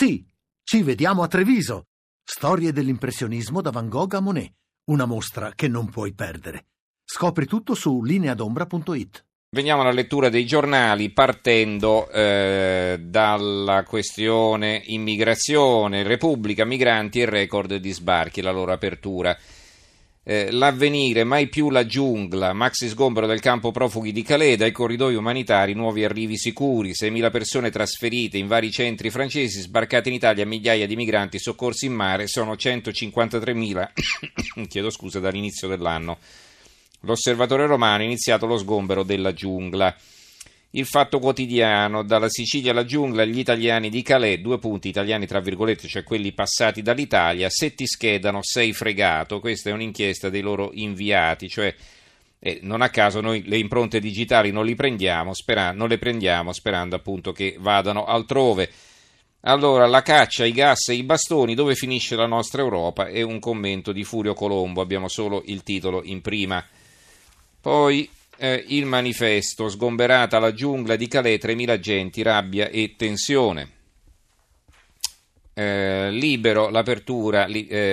Sì, ci vediamo a Treviso. Storie dell'impressionismo da Van Gogh a Monet. Una mostra che non puoi perdere. Scopri tutto su lineadombra.it. Veniamo alla lettura dei giornali partendo dalla questione immigrazione, Repubblica, migranti e record di sbarchi, la loro apertura. L'Avvenire, mai più la giungla, maxi sgombero del campo profughi di Calais, dai corridoi umanitari nuovi arrivi sicuri, 6.000 persone trasferite in vari centri francesi, sbarcate in Italia migliaia di migranti soccorsi in mare, sono 153.000 chiedo scusa dall'inizio dell'anno. L'Osservatore Romano ha iniziato lo sgombero della giungla. Il Fatto Quotidiano, dalla Sicilia alla giungla, gli italiani di Calais, 2 punti, italiani tra virgolette, cioè quelli passati dall'Italia, se ti schedano sei fregato. Questa è un'inchiesta dei loro inviati, cioè non a caso noi le impronte digitali non le prendiamo sperando appunto che vadano altrove. Allora, la caccia, i gas e i bastoni, dove finisce la nostra Europa? È un commento di Furio Colombo, abbiamo solo il titolo in prima. Poi il Manifesto, sgomberata la giungla di Calais, 3.000 agenti, rabbia e tensione. Libero, l'apertura,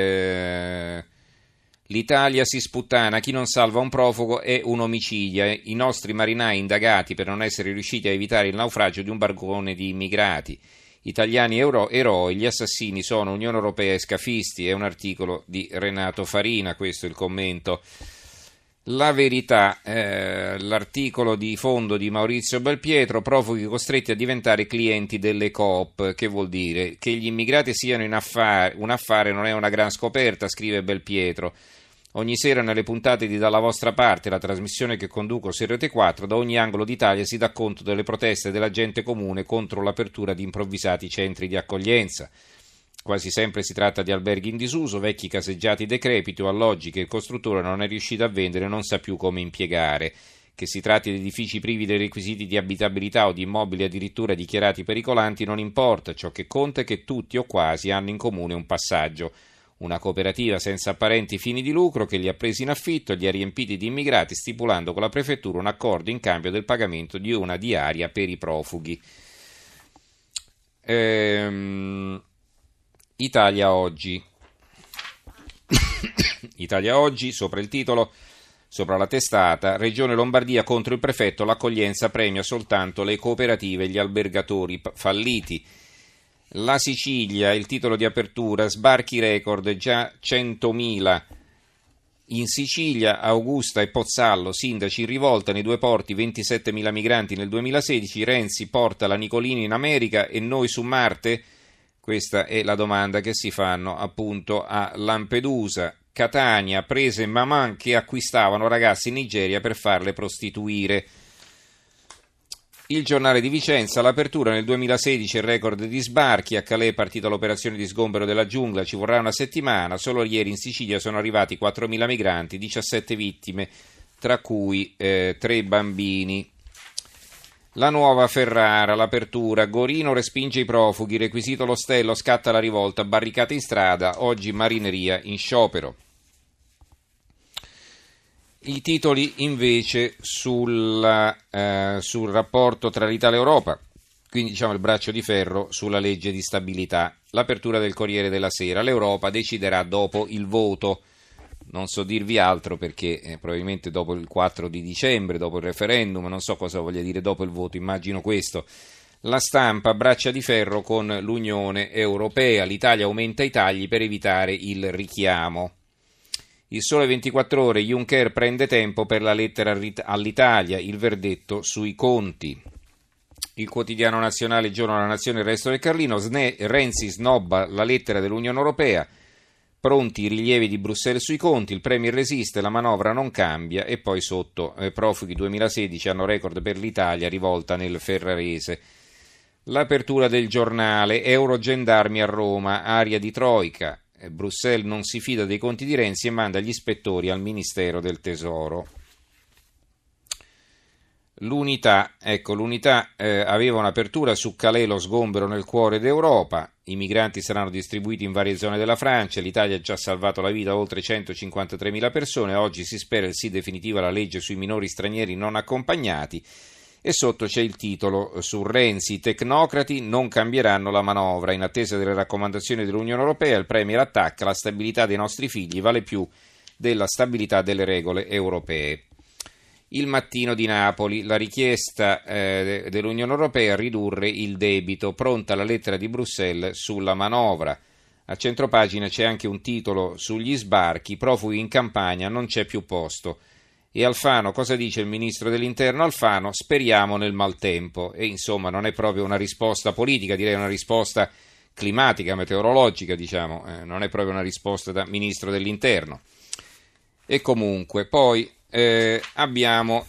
l'Italia si sputtana, chi non salva un profugo è un omicidio. I nostri marinai indagati per non essere riusciti a evitare il naufragio di un barcone di immigrati. Italiani eroi, gli assassini sono Unione Europea e scafisti, è un articolo di Renato Farina, questo è il commento. La Verità, l'articolo di fondo di Maurizio Belpietro, profughi costretti a diventare clienti delle coop. Che vuol dire? Che gli immigrati siano un affare non è una gran scoperta, scrive Belpietro. Ogni sera nelle puntate di Dalla vostra parte, la trasmissione che conduco su Rete 4, da ogni angolo d'Italia si dà conto delle proteste della gente comune contro l'apertura di improvvisati centri di accoglienza. Quasi sempre si tratta di alberghi in disuso, vecchi caseggiati decrepiti o alloggi che il costruttore non è riuscito a vendere e non sa più come impiegare. Che si tratti di edifici privi dei requisiti di abitabilità o di immobili addirittura dichiarati pericolanti non importa, ciò che conta è che tutti o quasi hanno in comune un passaggio. Una cooperativa senza apparenti fini di lucro che li ha presi in affitto e li ha riempiti di immigrati, stipulando con la prefettura un accordo in cambio del pagamento di una diaria per i profughi. Italia Oggi. Italia Oggi, sopra il titolo, sopra la testata, Regione Lombardia contro il prefetto, l'accoglienza premia soltanto le cooperative e gli albergatori falliti. La Sicilia, il titolo di apertura, sbarchi record, già 100.000. In Sicilia, Augusta e Pozzallo, sindaci in rivolta nei 2 porti, 27.000 migranti nel 2016, Renzi porta la Nicolini in America e noi su Marte? Questa è la domanda che si fanno appunto a Lampedusa. Catania, prese maman che acquistavano ragazzi in Nigeria per farle prostituire. Il Giornale di Vicenza, l'apertura nel 2016, il record di sbarchi, a Calais è partita l'operazione di sgombero della giungla, ci vorrà una settimana, solo ieri in Sicilia sono arrivati 4.000 migranti, 17 vittime, tra cui 3 bambini. La Nuova Ferrara, l'apertura, Gorino respinge i profughi, requisito l'ostello, scatta la rivolta, barricate in strada, oggi marineria in sciopero. I titoli invece sul rapporto tra l'Italia e l'Europa, quindi diciamo il braccio di ferro sulla legge di stabilità. L'apertura del Corriere della Sera, l'Europa deciderà dopo il voto. Non so dirvi altro perché probabilmente dopo il 4 di dicembre, dopo il referendum, non so cosa voglia dire dopo il voto, immagino questo. La Stampa, braccia di ferro con l'Unione Europea, l'Italia aumenta i tagli per evitare il richiamo. Il Sole 24 Ore, Juncker prende tempo per la lettera all'Italia, il verdetto sui conti. Il Quotidiano Nazionale, il Giorno della Nazione, il Resto del Carlino, Renzi snobba la lettera dell'Unione Europea, pronti i rilievi di Bruxelles sui conti, il Premier resiste, la manovra non cambia e poi sotto profughi 2016 hanno record per l'Italia, rivolta nel Ferrarese. L'apertura del Giornale, Eurogendarmi a Roma, aria di troika, Bruxelles non si fida dei conti di Renzi e manda gli ispettori al Ministero del Tesoro. L'Unità aveva un'apertura su Calais, lo sgombero nel cuore d'Europa, i migranti saranno distribuiti in varie zone della Francia, l'Italia ha già salvato la vita a oltre 153.000 persone, oggi si spera il sì definitivo alla legge sui minori stranieri non accompagnati E sotto c'è il titolo su Renzi: i tecnocrati non cambieranno la manovra. In attesa delle raccomandazioni dell'Unione Europea, il Premier attacca: la stabilità dei nostri figli vale più della stabilità delle regole europee. Il Mattino di Napoli: la richiesta dell'Unione Europea a ridurre il debito, pronta la lettera di Bruxelles sulla manovra. A centropagina c'è anche un titolo sugli sbarchi: profughi in Campania, non c'è più posto. E Alfano, cosa dice il ministro dell'Interno Alfano? Speriamo nel maltempo. E insomma non è proprio una risposta politica, direi una risposta climatica, meteorologica, diciamo, non è proprio una risposta da ministro dell'Interno. E comunque poi abbiamo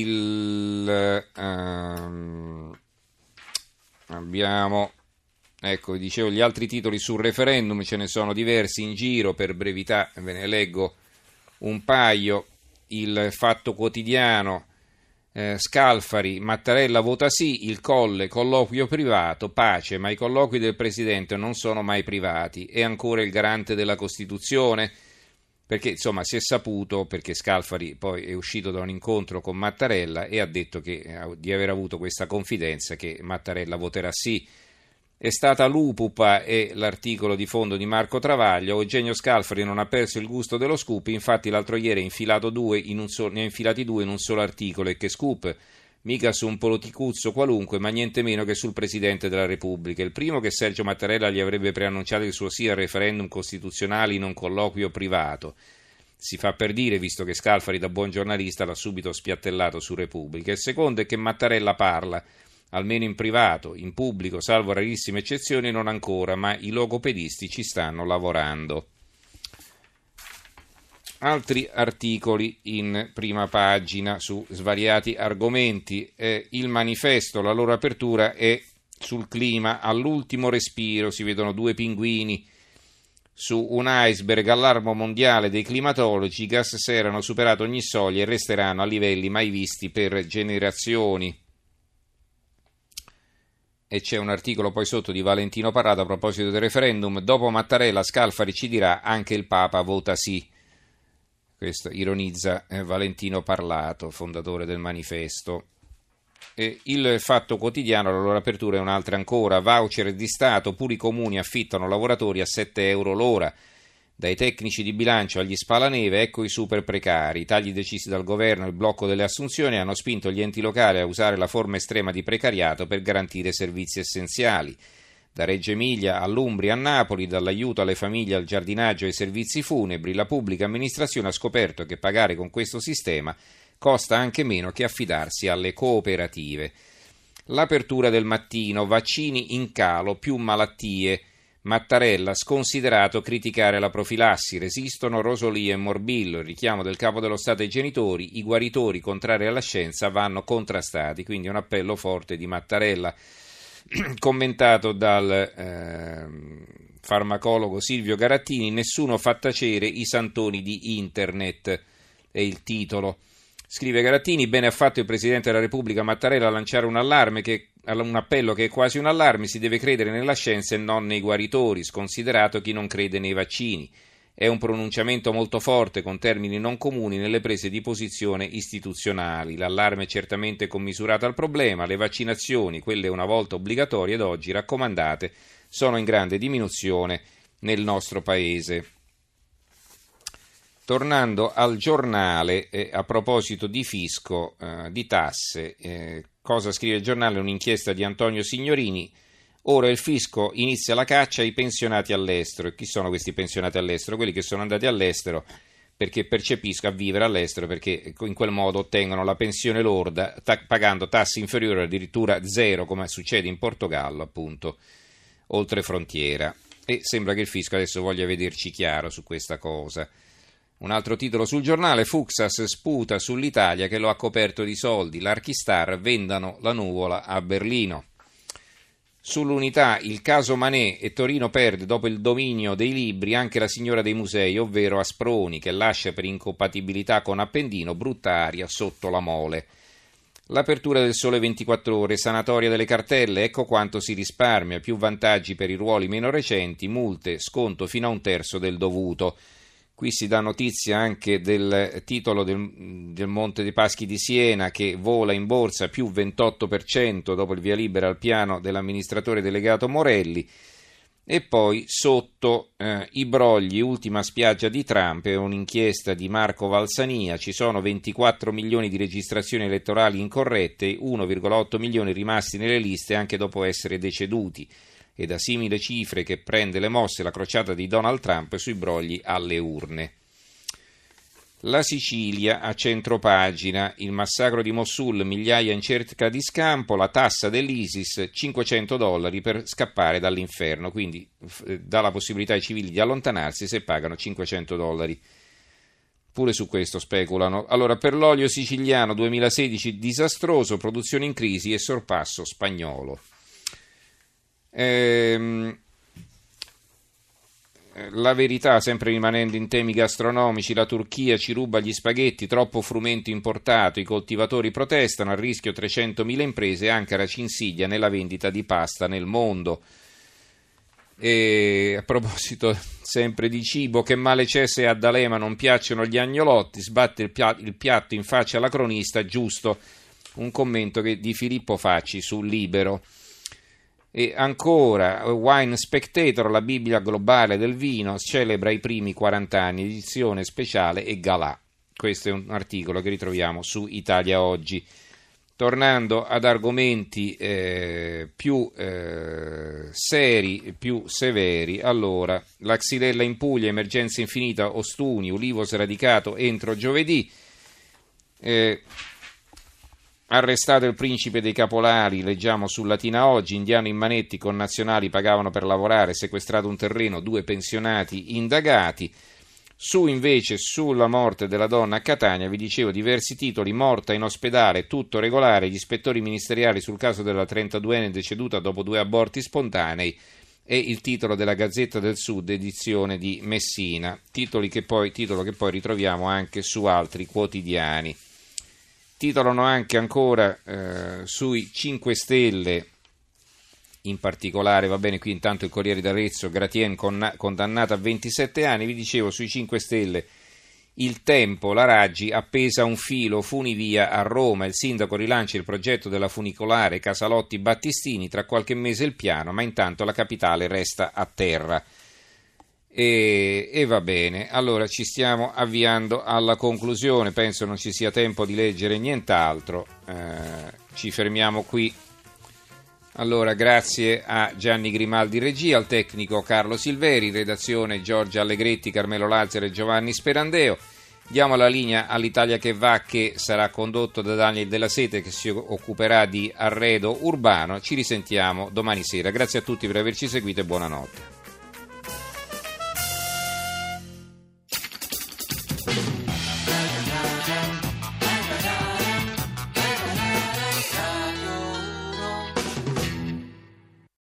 ecco, dicevo, gli altri titoli sul referendum, ce ne sono diversi in giro, per brevità ve ne leggo un paio. Il Fatto Quotidiano, Scalfari: Mattarella vota sì, il Colle, colloquio privato, pace, ma i colloqui del Presidente non sono mai privati. E ancora il garante della Costituzione, perché insomma si è saputo, perché Scalfari poi è uscito da un incontro con Mattarella e ha detto di aver avuto questa confidenza che Mattarella voterà sì. È stata l'Upupa e l'articolo di fondo di Marco Travaglio: Eugenio Scalfari non ha perso il gusto dello scoop, infatti l'altro ieri ne ha infilati due in un solo articolo. E che scoop? Mica su un politicuzzo qualunque, ma niente meno che sul Presidente della Repubblica. Il primo, che Sergio Mattarella gli avrebbe preannunciato il suo sì al referendum costituzionale in un colloquio privato. Si fa per dire, visto che Scalfari da buon giornalista l'ha subito spiattellato su Repubblica. Il secondo è che Mattarella parla, almeno in privato, in pubblico, salvo rarissime eccezioni, non ancora, ma i logopedisti ci stanno lavorando. Altri articoli in prima pagina su svariati argomenti. Il Manifesto, la loro apertura è sul clima: all'ultimo respiro, si vedono due pinguini su un iceberg, allarme mondiale dei climatologi, i gas serra hanno superato ogni soglia e resteranno a livelli mai visti per generazioni. E c'è un articolo poi sotto di Valentino Parlato a proposito del referendum: dopo Mattarella Scalfari ci dirà anche il Papa vota sì. Questo ironizza Valentino Parlato, fondatore del Manifesto. E il Fatto Quotidiano, la loro apertura è un'altra ancora: voucher di Stato, pure i comuni affittano lavoratori a 7 euro l'ora. Dai tecnici di bilancio agli spalaneve, ecco i super precari. I tagli decisi dal governo e il blocco delle assunzioni hanno spinto gli enti locali a usare la forma estrema di precariato per garantire servizi essenziali. Da Reggio Emilia all'Umbria a Napoli, dall'aiuto alle famiglie al giardinaggio e ai servizi funebri, la pubblica amministrazione ha scoperto che pagare con questo sistema costa anche meno che affidarsi alle cooperative. L'apertura del Mattino: vaccini in calo, più malattie. Mattarella, sconsiderato criticare la profilassi, resistono Rosolì e Morbillo, il richiamo del Capo dello Stato ai genitori, i guaritori contrari alla scienza vanno contrastati, quindi un appello forte di Mattarella, commentato dal farmacologo Silvio Garattini: nessuno fa tacere i santoni di internet, è il titolo. Scrive Garattini: bene ha fatto il Presidente della Repubblica Mattarella a lanciare un appello che è quasi un allarme, si deve credere nella scienza e non nei guaritori, sconsiderato chi non crede nei vaccini. È un pronunciamento molto forte, con termini non comuni nelle prese di posizione istituzionali. L'allarme è certamente commisurato al problema, le vaccinazioni, quelle una volta obbligatorie ed oggi raccomandate, sono in grande diminuzione nel nostro Paese. Tornando al Giornale, a proposito di fisco, di tasse, cosa scrive il Giornale? Un'inchiesta di Antonio Signorini: ora il fisco inizia la caccia ai pensionati all'estero. E chi sono questi pensionati all'estero? Quelli che sono andati all'estero perché percepiscono a vivere all'estero, perché in quel modo ottengono la pensione lorda pagando tasse inferiori addirittura zero, come succede in Portogallo, appunto, oltre frontiera. E sembra che il fisco adesso voglia vederci chiaro su questa cosa. Un altro titolo sul Giornale: Fuxas sputa sull'Italia che lo ha coperto di soldi, l'Archistar vendano la nuvola a Berlino. Sull'Unità: il caso Manet e Torino perde dopo il dominio dei libri anche la signora dei musei, ovvero Asproni, che lascia per incompatibilità con Appendino, brutta aria sotto la mole. L'apertura del Sole 24 Ore: sanatoria delle cartelle, ecco quanto si risparmia, più vantaggi per i ruoli meno recenti, multe, sconto fino a un terzo del dovuto. Qui si dà notizia anche del titolo del Monte dei Paschi di Siena, che vola in borsa più 28% dopo il via libera al piano dell'amministratore delegato Morelli. E poi sotto i brogli, ultima spiaggia di Trump, è un'inchiesta di Marco Valsania, ci sono 24 milioni di registrazioni elettorali incorrette, 1,8 milioni rimasti nelle liste anche dopo essere deceduti. E da simili cifre che prende le mosse la crociata di Donald Trump sui brogli alle urne. La Sicilia a centropagina, il massacro di Mosul, migliaia in cerca di scampo, la tassa dell'ISIS, $500 per scappare dall'inferno, quindi dà la possibilità ai civili di allontanarsi se pagano $500. Pure su questo speculano. Allora, per l'olio siciliano 2016 disastroso, produzione in crisi e sorpasso spagnolo. La Verità, sempre rimanendo in temi gastronomici, la Turchia ci ruba gli spaghetti, troppo frumento importato, i coltivatori protestano, a rischio 300.000 imprese, Ankara ci insidia nella vendita di pasta nel mondo. E a proposito sempre di cibo, che male c'è se a D'Alema non piacciono gli agnolotti, sbatte il piatto in faccia alla cronista, giusto, un commento di Filippo Facci su Libero. E ancora, Wine Spectator, la Bibbia globale del vino, celebra i primi 40 anni, edizione speciale e galà. Questo è un articolo che ritroviamo su Italia Oggi. Tornando ad argomenti più seri, più severi, allora, la Xylella in Puglia, emergenza infinita, Ostuni, ulivo sradicato entro giovedì. Arrestato il principe dei Capolari, leggiamo su Latina Oggi, indiano in manetti, connazionali pagavano per lavorare, sequestrato un terreno, 2 pensionati indagati. Invece sulla morte della donna a Catania, vi dicevo diversi titoli, morta in ospedale, tutto regolare, gli ispettori ministeriali sul caso della 32enne deceduta dopo 2 aborti spontanei, e il titolo della Gazzetta del Sud, edizione di Messina, titolo che poi ritroviamo anche su altri quotidiani. Titolano anche ancora sui 5 Stelle, in particolare, va bene, qui intanto il Corriere d'Arezzo, Gratien condannata a 27 anni, vi dicevo sui 5 Stelle, Il Tempo, la Raggi appesa un filo, funivia a Roma, il sindaco rilancia il progetto della funicolare Casalotti-Battistini, tra qualche mese il piano, ma intanto la capitale resta a terra. E va bene, allora ci stiamo avviando alla conclusione, penso non ci sia tempo di leggere nient'altro, ci fermiamo qui. Allora, grazie a Gianni Grimaldi regia, al tecnico Carlo Silveri, redazione Giorgia Allegretti, Carmelo Lazzaro e Giovanni Sperandeo. Diamo la linea all'Italia che va, che sarà condotto da Daniel Della Sete, che si occuperà di arredo urbano. Ci risentiamo domani sera. Grazie a tutti per averci seguito e buonanotte.